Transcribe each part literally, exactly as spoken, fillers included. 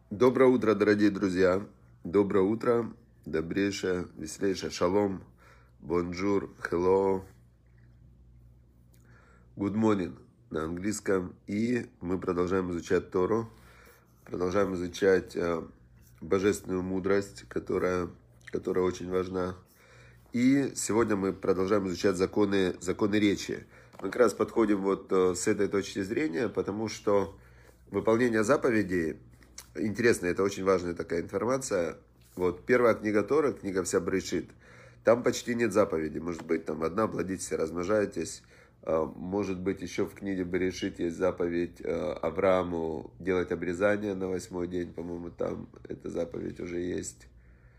Доброе утро, дорогие друзья. Доброе утро, добрейшее, веселейшее. Шалом, бонжур, hello, good morning на английском. И мы продолжаем изучать Тору, продолжаем изучать э, божественную мудрость, которая, которая очень важна. И сегодня мы продолжаем изучать законы, законы речи. Мы как раз подходим вот э, с этой точки зрения, потому что выполнение заповедей, интересно, это очень важная такая информация. Вот первая книга Торы, книга вся Брешит, там почти нет заповедей. Может быть, там одна, плодитесь, размножайтесь. Может быть, еще в книге Берешит есть заповедь Аврааму делать обрезание на восьмой день. По-моему, там эта заповедь уже есть.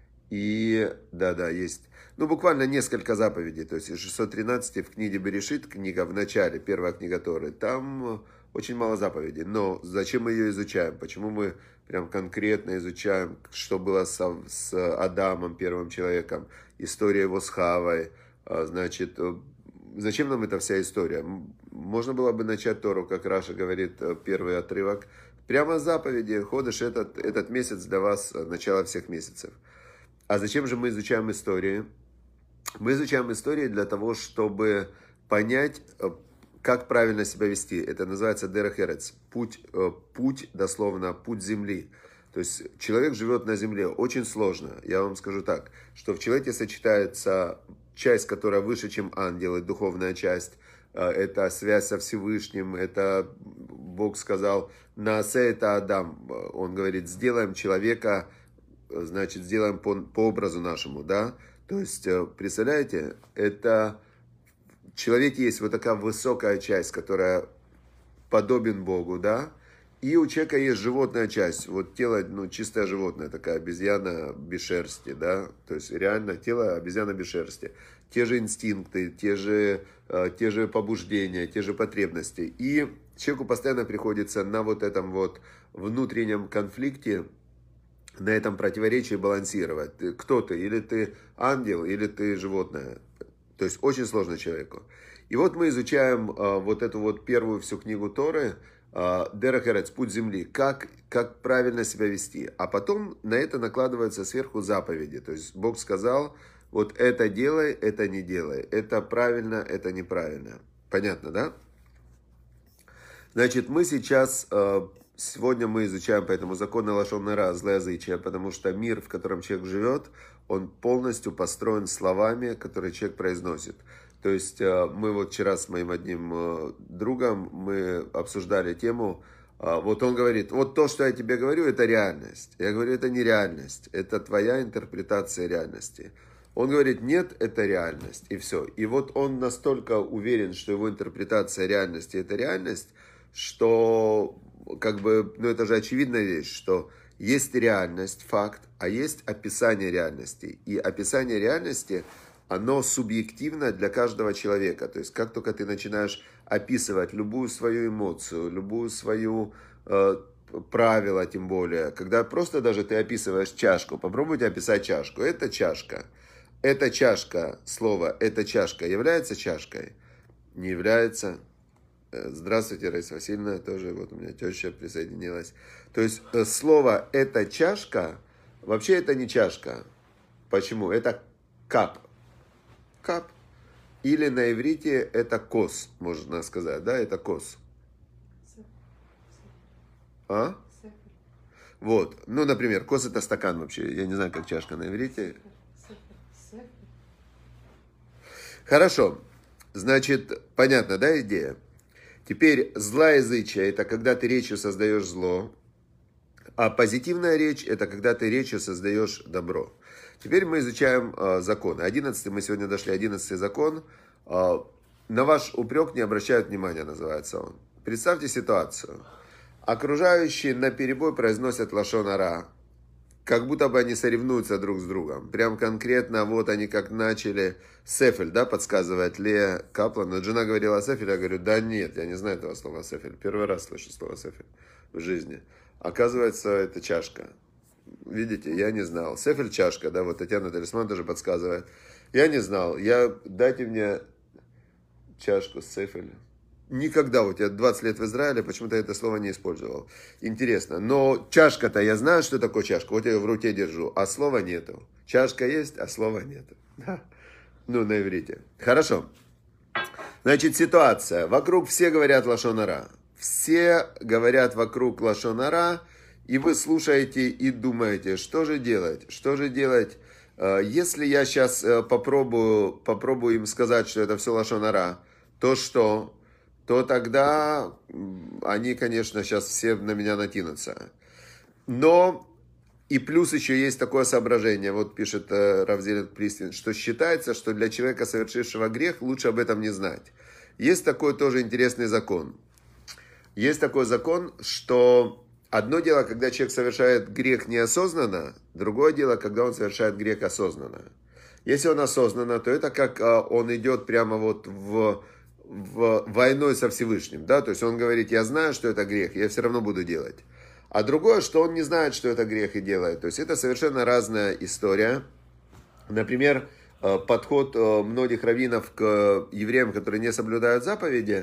И, да-да, есть, ну, буквально несколько заповедей, то есть из шестисот тринадцати в книге Берешит, книга в начале, первая книга Торы, там очень мало заповедей. Но зачем мы ее изучаем? Почему мы прям конкретно изучаем, что было с, с Адамом, первым человеком, история его с Хавой, значит, зачем нам эта вся история? Можно было бы начать Тору, как Раша говорит, первый отрывок, прямо с заповеди, ходишь этот, этот месяц для вас, начало всех месяцев. А зачем же мы изучаем истории? Мы изучаем истории для того, чтобы понять, как правильно себя вести. Это называется дерех эрец, путь, путь, дословно, путь земли. То есть человек живет на земле, очень сложно. Я вам скажу так, что в человеке сочетается часть, которая выше, чем ангелы, духовная часть. Это связь со Всевышним, это Бог сказал, наасе это Адам. Он говорит, сделаем человека, значит, сделаем по, по образу нашему, да, то есть, представляете, это в человеке есть вот такая высокая часть, которая подобен Богу, да, и у человека есть животная часть, вот тело, ну, чистое животное, такая обезьяна без шерсти, да, то есть, реально тело обезьяна без шерсти, те же инстинкты, те же, те же побуждения, те же потребности, и человеку постоянно приходится на вот этом вот внутреннем конфликте, на этом противоречии балансировать. Кто ты? Или ты ангел, или ты животное. То есть очень сложно человеку. И вот мы изучаем а, вот эту вот первую всю книгу Торы, а, дерех эрец, путь земли, как, как правильно себя вести. А потом на это накладываются сверху заповеди. То есть Бог сказал, вот это делай, это не делай. Это правильно, это неправильно. Понятно, да? Значит, мы сейчас... А, Сегодня мы изучаем поэтому законы лашон ара, злоязычия, потому что мир, в котором человек живет, он полностью построен словами, которые человек произносит. То есть мы вот вчера с моим одним другом, мы обсуждали тему, вот он говорит, вот то, что я тебе говорю, это реальность. Я говорю, это не реальность, это твоя интерпретация реальности. Он говорит, нет, это реальность, и все. И вот он настолько уверен, что его интерпретация реальности это реальность, что... Как бы, ну это же очевидная вещь, что есть реальность, факт, а есть описание реальности. И описание реальности, оно субъективно для каждого человека. То есть, как только ты начинаешь описывать любую свою эмоцию, любую свою э, правило, тем более, когда просто даже ты описываешь чашку, попробуйте описать чашку. Это чашка. Эта чашка, слово «эта чашка» является чашкой? Не является. Здравствуйте, Раиса Васильевна, тоже вот у меня теща присоединилась. То есть слово «эта чашка», вообще это не чашка. Почему? Это кап. Кап. Или на иврите это кос, можно сказать, да, это кос. А? Вот, ну, например, кос это стакан вообще, я не знаю, как чашка на иврите. Хорошо, значит, понятно, да, идея? Теперь злоязычие – это когда ты речью создаешь зло, а позитивная речь – это когда ты речью создаешь добро. Теперь мы изучаем э, законы. Одиннадцатый, мы сегодня дошли, одиннадцатый закон. Э, на ваш упрек не обращают внимания, называется он. Представьте ситуацию. Окружающие наперебой произносят лашон ара, как будто бы они соревнуются друг с другом. Прям конкретно вот они как начали. Сефель, да, подсказывает Лея Каплан. Но жена говорила сефель, я говорю, да нет, я не знаю этого слова сефель. Первый раз слышу слово сефель в жизни. Оказывается, это чашка. Видите, я не знал. Сефель чашка, да, вот Татьяна Талисман тоже подсказывает. Я не знал. Я, дайте мне чашку с сефелем. никогда, у тебя двадцать лет в Израиле, почему-то это слово не использовал. Интересно. Но чашка-то, я знаю, что такое чашка. Вот я ее в руке держу, а слова нету. Чашка есть, а слова нету. Ну, на иврите. Хорошо. Значит, ситуация. Вокруг все говорят лашон ара. Все говорят вокруг лашон ара, и вы слушаете и думаете, что же делать? Что же делать? Если я сейчас попробую, попробую им сказать, что это все лашон ара, то что? То тогда они, конечно, сейчас все на меня накинутся. Но и плюс еще есть такое соображение, вот пишет Рав Зелек Плистин, что считается, что для человека, совершившего грех, лучше об этом не знать. Есть такой тоже интересный закон. Есть такой закон, что одно дело, когда человек совершает грех неосознанно, другое дело, когда он совершает грех осознанно. Если он осознанно, то это как он идет прямо вот в, в войной со Всевышним. Да? То есть он говорит, я знаю, что это грех, я все равно буду делать. А другое, что он не знает, что это грех и делает. То есть это совершенно разная история. Например, подход многих раввинов к евреям, которые не соблюдают заповеди,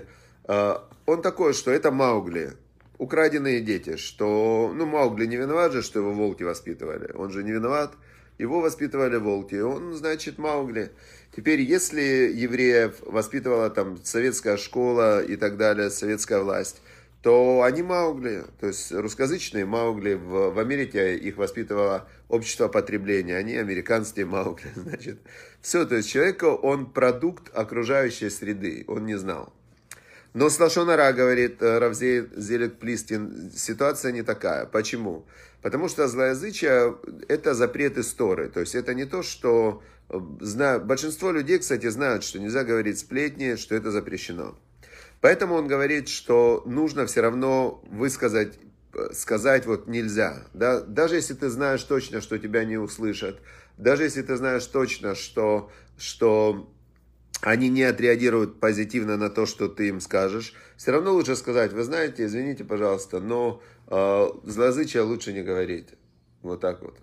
он такой, что это Маугли, украденные дети, что, ну, Маугли не виноват же, что его волки воспитывали, он же не виноват, его воспитывали волки, он, значит, Маугли. Теперь, если евреев воспитывала там советская школа и так далее, советская власть, то они Маугли, то есть русскоязычные Маугли, в, в Америке их воспитывало общество потребления, они американские Маугли, значит. Все, то есть человек, он продукт окружающей среды, он не знал. Но с лашон ара, говорит Рав Зелек Плистин, ситуация не такая. Почему? Потому что злоязычие – это запрет из Торы. То есть это не то, что… Большинство людей, кстати, знают, что нельзя говорить сплетни, что это запрещено. Поэтому он говорит, что нужно все равно высказать, сказать вот нельзя. Да? Даже если ты знаешь точно, что тебя не услышат, даже если ты знаешь точно, что… что они не отреагируют позитивно на то, что ты им скажешь, все равно лучше сказать, вы знаете, извините, пожалуйста, но э, злоязычие лучше не говорить. Вот так вот.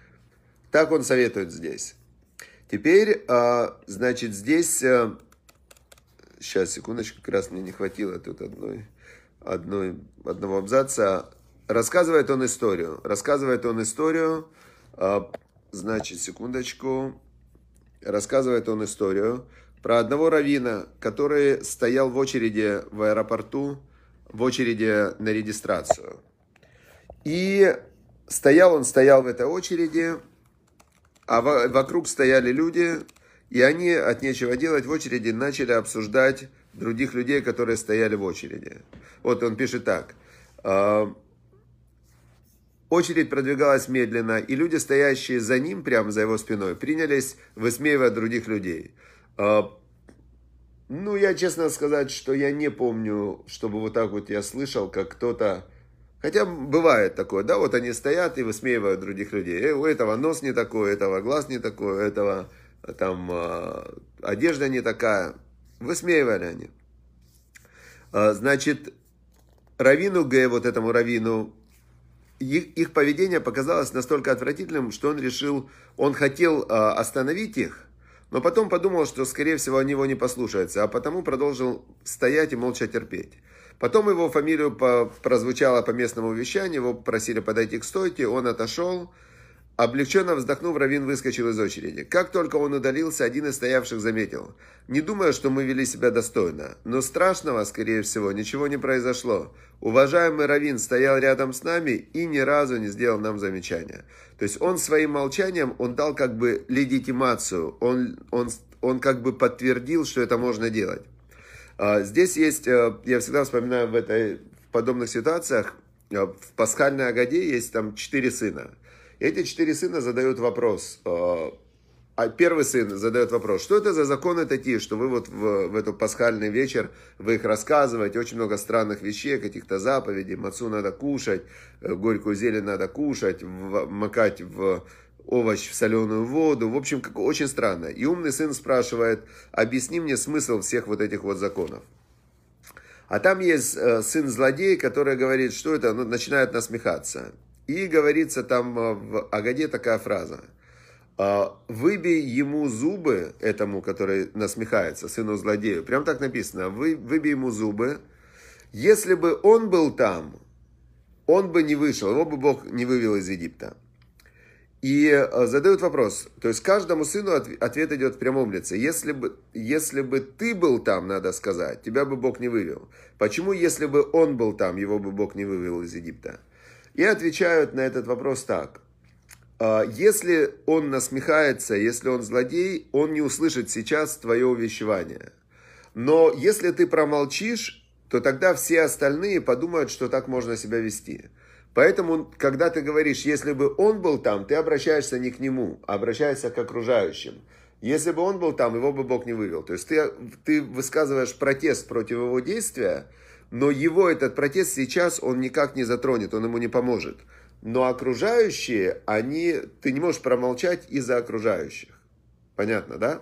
Так он советует здесь. Теперь, э, значит, здесь... Э, сейчас, секундочку, как раз мне не хватило тут одной, одной, одного абзаца. Рассказывает он историю. Рассказывает он историю. Э, значит, секундочку. Рассказывает он историю про одного раввина, который стоял в очереди в аэропорту, в очереди на регистрацию. И стоял он, стоял в этой очереди, а вокруг стояли люди, и они от нечего делать в очереди начали обсуждать других людей, которые стояли в очереди. Вот он пишет так. Очередь продвигалась медленно, и люди, стоящие за ним, прямо за его спиной, принялись высмеивать других людей. Ну, я честно сказать, что я не помню, чтобы вот так вот я слышал, как кто-то... Хотя бывает такое, да, вот они стоят и высмеивают других людей. Э, у этого нос не такой, у этого глаз не такой, у этого там одежда не такая. Высмеивали они. Значит, раввину Г, вот этому раввину, их, их поведение показалось настолько отвратительным, что он решил, он хотел остановить их, но потом подумал, что, скорее всего, они его не послушаются, а потому продолжил стоять и молча терпеть. Потом его фамилию по, прозвучало по местному вещанию, его просили подойти к стойке, он отошел. Облегченно вздохнув, раввин выскочил из очереди. Как только он удалился, один из стоявших заметил: «Не думаю, что мы вели себя достойно, но страшного, скорее всего, ничего не произошло. Уважаемый раввин стоял рядом с нами и ни разу не сделал нам замечания». То есть он своим молчанием, он дал как бы легитимацию, он, он, он как бы подтвердил, что это можно делать. Здесь есть, я всегда вспоминаю в, этой, в подобных ситуациях, в пасхальной Агаде есть там четыре сына. Эти четыре сына задают вопрос. А первый сын задает вопрос: что это за законы такие, что вы вот в, в этот пасхальный вечер, вы их рассказываете, очень много странных вещей, каких-то заповедей, мацу надо кушать, горькую зелень надо кушать, в, макать в овощ в соленую воду, в общем, как, очень странно. И умный сын спрашивает: объясни мне смысл всех вот этих вот законов. А там есть сын злодей, который говорит, что это, ну, начинает насмехаться. И говорится там в Агаде такая фраза: Выбей ему зубы, этому, который насмехается, сыну злодею. Прям так написано. Вы, выбей ему зубы. Если бы он был там, он бы не вышел, его бы Бог не вывел из Египта. И задают вопрос, то есть каждому сыну ответ идет в прямом лице. Если бы, если бы ты был там, надо сказать, тебя бы Бог не вывел. Почему, если бы он был там, его бы Бог не вывел из Египта? И отвечают на этот вопрос так. Если он насмехается, если он злодей, он не услышит сейчас твое увещевание. Но если ты промолчишь, то тогда все остальные подумают, что так можно себя вести. Поэтому, когда ты говоришь, если бы он был там, ты обращаешься не к нему, а обращаешься к окружающим. Если бы он был там, его бы Бог не вывел. То есть ты, ты высказываешь протест против его действия, но его этот протест сейчас он никак не затронет, он ему не поможет. Но окружающие, они, ты не можешь промолчать из-за окружающих. Понятно, да?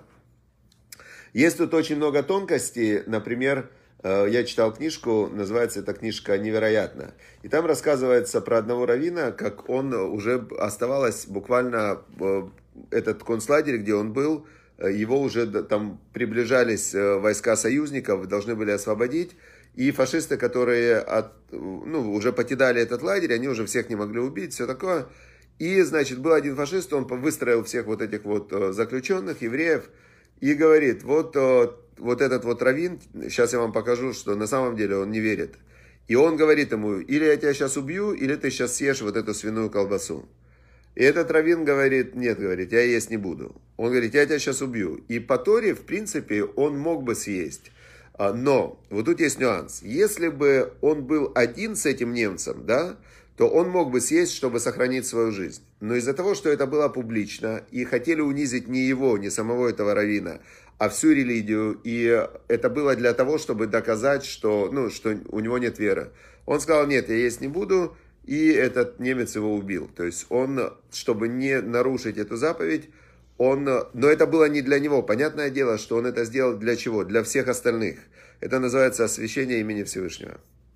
Есть тут очень много тонкостей. Например, я читал книжку, называется эта книжка «Невероятно». И там рассказывается про одного раввина, как он уже оставалось буквально, этот концлагерь, где он был, его уже там приближались войска союзников, должны были освободить. И фашисты, которые от, ну, уже покидали этот лагерь, они уже всех не могли убить, все такое. И, значит, был один фашист, он выстроил всех вот этих вот заключенных, евреев, и говорит, вот, вот этот вот раввин, сейчас я вам покажу, что на самом деле он не верит. И он говорит ему, или я тебя сейчас убью, или ты сейчас съешь вот эту свиную колбасу. И этот раввин говорит, нет, говорит, я есть не буду. Он говорит, я тебя сейчас убью. И по Торе, в принципе, он мог бы съесть. Но, вот тут есть нюанс. Если бы он был один с этим немцем, да, то он мог бы съесть, чтобы сохранить свою жизнь. Но из-за того, что это было публично, и хотели унизить не его, не самого этого раввина, а всю религию, и это было для того, чтобы доказать, что, ну, что у него нет веры. Он сказал, нет, я есть не буду, и этот немец его убил. То есть он, чтобы не нарушить эту заповедь, Он, но это было не для него. Понятное дело, что он это сделал для чего? Для всех остальных. Это называется освящение имени Всевышнего.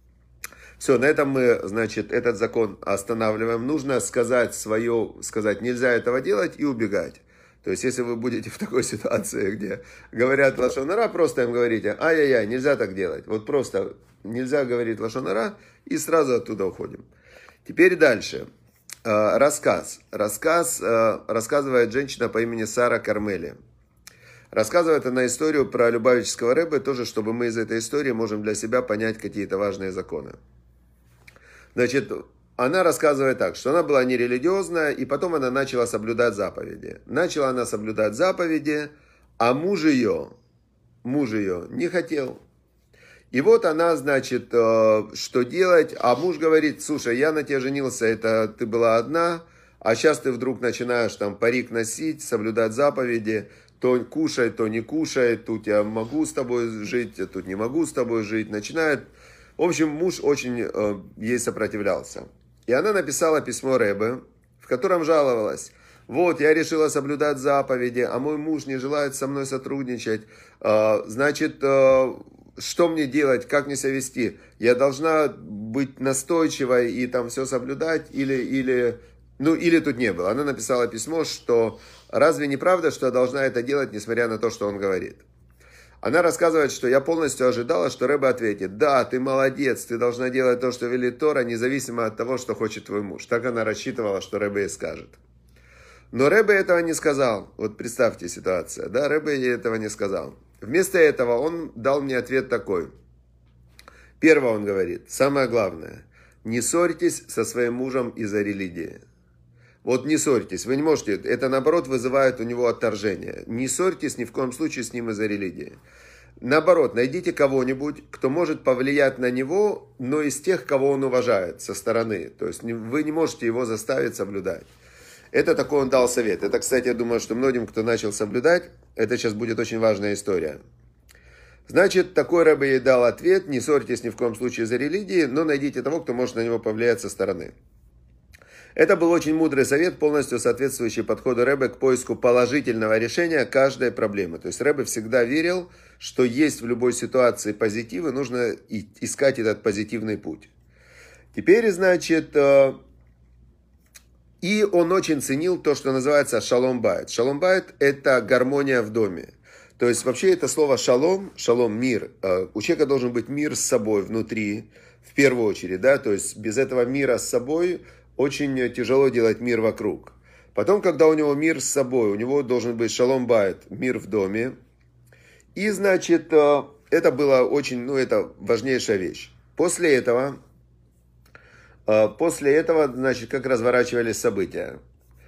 Все, на этом мы, значит, этот закон останавливаем. Нужно сказать свое, сказать, нельзя этого делать и убегать. То есть, если вы будете в такой ситуации, где говорят лашон ара, просто им говорите, ай-яй-яй, нельзя так делать. Вот просто нельзя говорить лашон ара и сразу оттуда уходим. Теперь дальше. Рассказ. Рассказ рассказывает женщина по имени Сара Кармели. Рассказывает она историю про Любавического ребе, тоже, чтобы мы из этой истории можем для себя понять какие-то важные законы. Значит, она рассказывает так, что она была нерелигиозная, и потом она начала соблюдать заповеди. Начала она соблюдать заповеди, а муж ее, муж ее не хотел. И вот она, значит, что делать, а муж говорит, слушай, я на тебя женился, это ты была одна, а сейчас ты вдруг начинаешь там парик носить, соблюдать заповеди, то кушай, то не кушай, тут я могу с тобой жить, тут не могу с тобой жить, начинает. В общем, муж очень э, ей сопротивлялся. И она написала письмо ребе, в котором жаловалась. Вот, я решила соблюдать заповеди, а мой муж не желает со мной сотрудничать. Э, значит, э, что мне делать, как мне себя вести? Я должна быть настойчивой и там все соблюдать, или, или, ну, или тут не было. Она написала письмо, что разве не правда, что я должна это делать, несмотря на то, что он говорит? Она рассказывает, что я полностью ожидала, что ребе ответит, да, ты молодец, ты должна делать то, что велит Тора, независимо от того, что хочет твой муж. Так она рассчитывала, что ребе ей скажет. Но ребе этого не сказал. Вот представьте ситуацию, да, ребе ей этого не сказал. Вместо этого он дал мне ответ такой. Первое он говорит, самое главное, не ссорьтесь со своим мужем из-за религии. Вот не ссорьтесь, вы не можете, это наоборот вызывает у него отторжение. Не ссорьтесь ни в коем случае с ним из-за религии. Наоборот, найдите кого-нибудь, кто может повлиять на него, но из тех, кого он уважает со стороны. То есть вы не можете его заставить соблюдать. Это такой он дал совет. Это, кстати, я думаю, что многим, кто начал соблюдать, это сейчас будет очень важная история. Значит, такой ребе ей дал ответ, не ссорьтесь ни в коем случае из-за религии, но найдите того, кто может на него повлиять со стороны. Это был очень мудрый совет, полностью соответствующий подходу ребе к поиску положительного решения каждой проблемы. То есть ребе всегда верил, что есть в любой ситуации позитив, и нужно искать этот позитивный путь. Теперь, значит, И он очень ценил то, что называется шалом байт. Шалом байт – это гармония в доме. То есть вообще это слово шалом, шалом, мир. У человека должен быть мир с собой внутри, в первую очередь, да, то есть без этого мира с собой очень тяжело делать мир вокруг. Потом, когда у него мир с собой, у него должен быть шалом байт, мир в доме. И, значит, это было очень, ну, это важнейшая вещь. После этого, после этого, значит, как разворачивались события.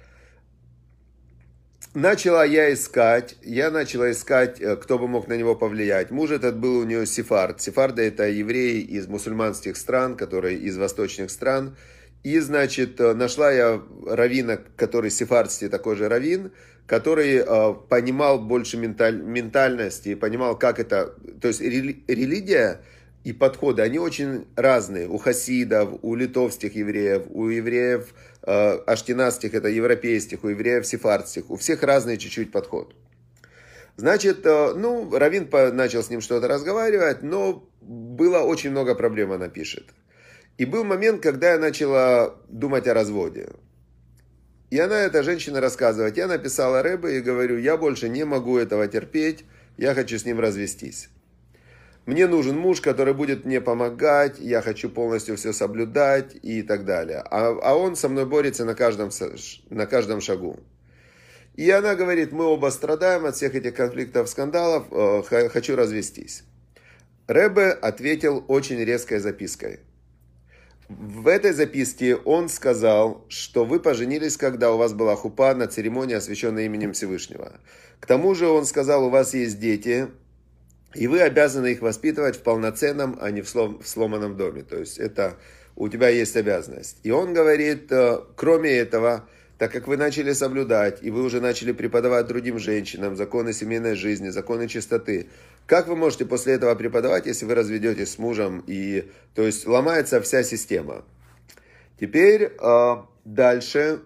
Начала я искать, я начала искать, кто бы мог на него повлиять. Муж этот был у нее сефард. Сефарды — это евреи из мусульманских стран, которые из восточных стран. И, значит, нашла я раввина, который сефардский такой же раввин, который э, понимал больше менталь, ментальности, понимал, как это... То есть рели, религия и подходы, они очень разные. У хасидов, у литовских евреев, у евреев э, аштеназских, это европейских, у евреев сефардских. У всех разный чуть-чуть подход. Значит, э, ну, раввин по, начал с ним что-то разговаривать, но было очень много проблем, она пишет. И был момент, когда я начала думать о разводе. И она, эта женщина, рассказывает, я написала Ребе и говорю, я больше не могу этого терпеть, я хочу с ним развестись. Мне нужен муж, который будет мне помогать, я хочу полностью все соблюдать и так далее. А, а он со мной борется на каждом, на каждом шагу. И она говорит, мы оба страдаем от всех этих конфликтов, скандалов, э, хочу развестись. Ребе ответил очень резкой запиской. В этой записке он сказал, что вы поженились, когда у вас была хупа на церемонии, освященной именем Всевышнего. К тому же он сказал, у вас есть дети, и вы обязаны их воспитывать в полноценном, а не в, слом, в сломанном доме. То есть это у тебя есть обязанность. И он говорит, кроме этого, так как вы начали соблюдать, и вы уже начали преподавать другим женщинам законы семейной жизни, законы чистоты, как вы можете после этого преподавать, если вы разведетесь с мужем, и, то есть ломается вся система. Теперь э, дальше.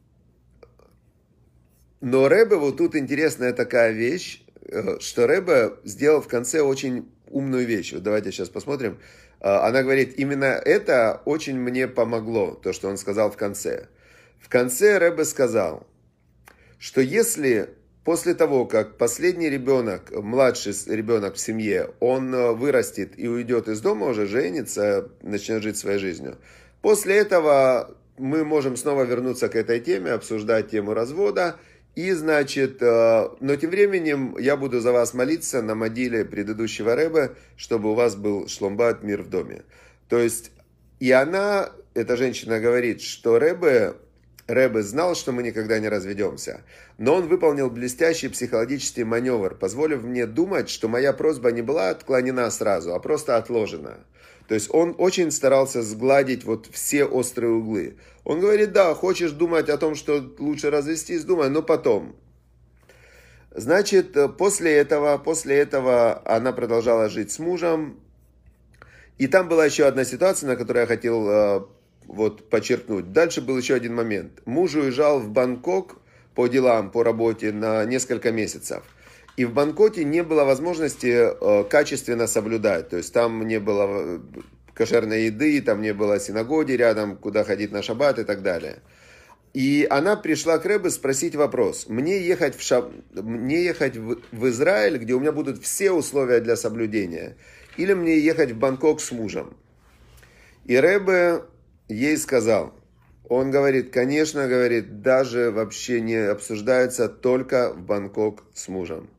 Но Ребе, вот тут интересная такая вещь, э, что Ребе сделал в конце очень умную вещь. Вот давайте сейчас посмотрим. Э, она говорит, именно это очень мне помогло, то, что он сказал в конце. В конце Ребе сказал, что если после того, как последний ребенок, младший ребенок в семье, он вырастет и уйдет из дома, уже женится, начнет жить своей жизнью, после этого мы можем снова вернуться к этой теме, обсуждать тему развода. И, значит, но тем временем я буду за вас молиться на могиле предыдущего Ребе, чтобы у вас был шлом байт, мир в доме. То есть, и она, эта женщина говорит, что Ребе... Ребе знал, что мы никогда не разведемся, но он выполнил блестящий психологический маневр, позволив мне думать, что моя просьба не была отклонена сразу, а просто отложена. То есть он очень старался сгладить вот все острые углы. Он говорит, да, хочешь думать о том, что лучше развестись, думай, но потом. Значит, после этого, после этого она продолжала жить с мужем. И там была еще одна ситуация, на которую я хотел вот подчеркнуть. Дальше был еще один момент. Муж уезжал в Бангкок по делам, по работе на несколько месяцев. И в Бангкоке не было возможности качественно соблюдать. То есть там не было кошерной еды, там не было синагоги рядом, куда ходить на шаббат и так далее. И она пришла к Ребе спросить вопрос. Мне ехать, в, Шаб... мне ехать в... в Израиль, где у меня будут все условия для соблюдения, или мне ехать в Бангкок с мужем? И Ребе ей сказал, он говорит, конечно, говорит, даже вообще не обсуждается, только в Бангкок с мужем.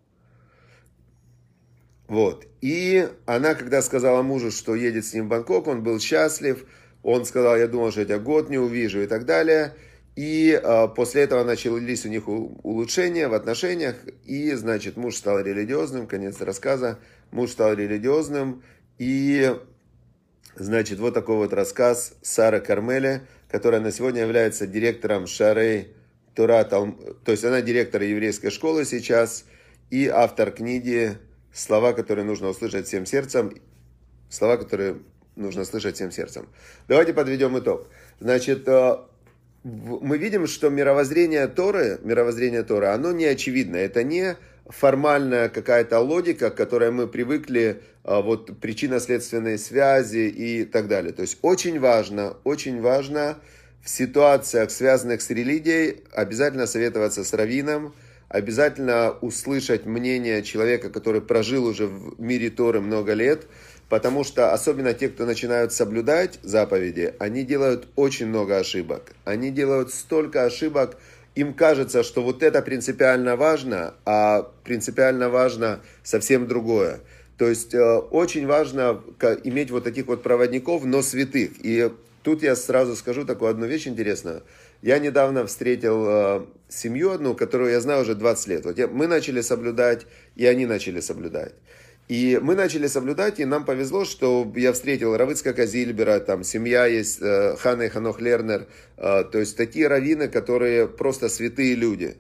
Вот. И она, когда сказала мужу, что едет с ним в Бангкок, он был счастлив, он сказал, я думал, что я тебя год не увижу и так далее. И э, после этого начались у них улучшения в отношениях, и, значит, муж стал религиозным, конец рассказа, муж стал религиозным, и... Значит, вот такой вот рассказ Сары Кармеле, которая на сегодня является директором Шарей Тора, то есть она директор еврейской школы сейчас и автор книги «Слова, которые нужно услышать всем сердцем», слова, которые нужно слышать всем сердцем. Давайте подведем итог. Значит, мы видим, что мировоззрение Торы, мировоззрение Торы, оно не очевидно, это не формальная какая-то логика, к которой мы привыкли, вот причинно-следственные связи и так далее. То есть очень важно, очень важно в ситуациях, связанных с религией, обязательно советоваться с раввином, обязательно услышать мнение человека, который прожил уже в мире Торы много лет, потому что особенно те, кто начинают соблюдать заповеди, они делают очень много ошибок. Они делают столько ошибок, им кажется, что вот это принципиально важно, а принципиально важно совсем другое. То есть очень важно иметь вот таких вот проводников, но святых. И тут я сразу скажу такую одну вещь интересную. Я недавно встретил семью одну, которую я знаю уже двадцать лет. Вот я, мы начали соблюдать, и они начали соблюдать. И мы начали соблюдать, и нам повезло, что я встретил Рав Ицхака Зильбера, там семья есть, Ханна и Ханох Лернер, то есть такие раввины, которые просто святые люди.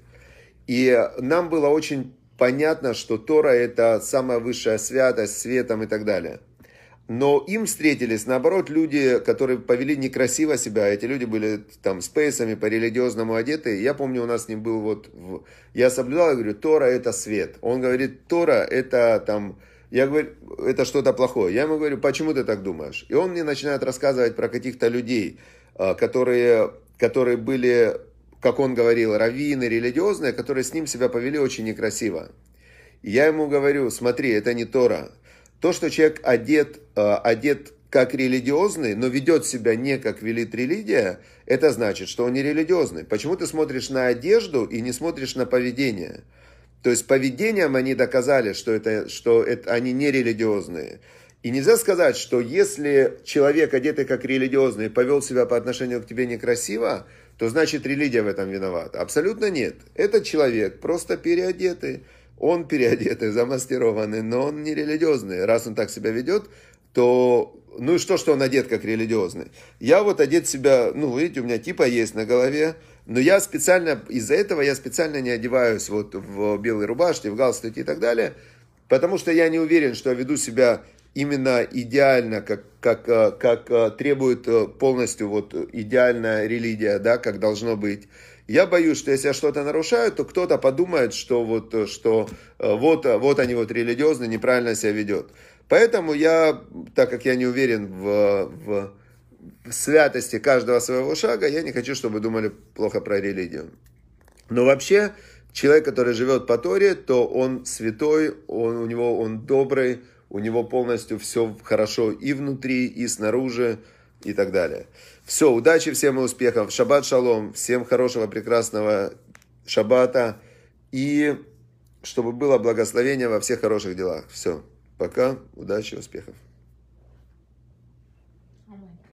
И нам было очень понятно, что Тора это самая высшая святость, светом и так далее. Но им встретились, наоборот, люди, которые повели некрасиво себя. Эти люди были там с пейсами по-религиозному одеты. Я помню, у нас с ним был вот... В... Я соблюдал, я говорю, Тора это свет. Он говорит, Тора это там... Я говорю, это что-то плохое. Я ему говорю, почему ты так думаешь? И он мне начинает рассказывать про каких-то людей, которые, которые были, как он говорил, раввины, религиозные, которые с ним себя повели очень некрасиво. И я ему говорю, смотри, это не Тора. То, что человек одет, одет как религиозный, но ведет себя не как велит религия, это значит, что он не религиозный. Почему ты смотришь на одежду и не смотришь на поведение? То есть поведением они доказали, что, это, что это, они не религиозные. И нельзя сказать, что если человек, одетый как религиозный, повел себя по отношению к тебе некрасиво, то значит религия в этом виновата. Абсолютно нет. Этот человек просто переодетый. Он переодетый, замаскированный, но он не религиозный. Раз он так себя ведет, то... Ну и что, что он одет как религиозный? Я вот одет себя... Ну, видите, у меня типа есть на голове. Но я специально... Из-за этого я специально не одеваюсь вот в белой рубашке, в галстуке и так далее. Потому что я не уверен, что я веду себя именно идеально, как, как, как требует полностью вот идеальная религия, да, как должно быть. Я боюсь, что если я что-то нарушаю, то кто-то подумает, что вот, что вот, вот они вот религиозные, неправильно себя ведет. Поэтому я, так как я не уверен в, в, в святости каждого своего шага, я не хочу, чтобы думали плохо про религию. Но вообще, человек, который живет по Торе, то он святой, он, у него он добрый, у него полностью все хорошо и внутри, и снаружи, и так далее. Все, удачи, всем и успехов. Шаббат шалом. Всем хорошего, прекрасного шаббата. И чтобы было благословение во всех хороших делах. Все. Пока. Удачи, успехов.